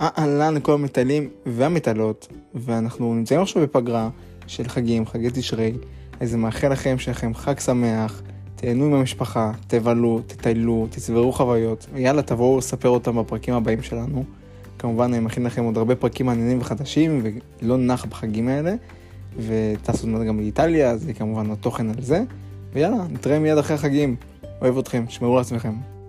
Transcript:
אהלן לכל המטיילים והמטיילות, ואנחנו נמצאים עכשיו בפגרה של חגים, חגי תשרי. אז אני מאחל לכם שיהיה חג שמח, תהנו עם המשפחה, תבלו, תטיילו, תצברו חוויות, ויאללה תבואו לספר אותם בפרקים הבאים שלנו. כמובן אני מכין לכם עוד הרבה פרקים מעניינים וחדשים, ולא נח בחגים האלה, ותעשו גם לאיטליה, אז כמובן התוכן על זה. ויאללה, נתראה מיד אחרי החגים. אוהב אתכם, שמרו לעצמכם.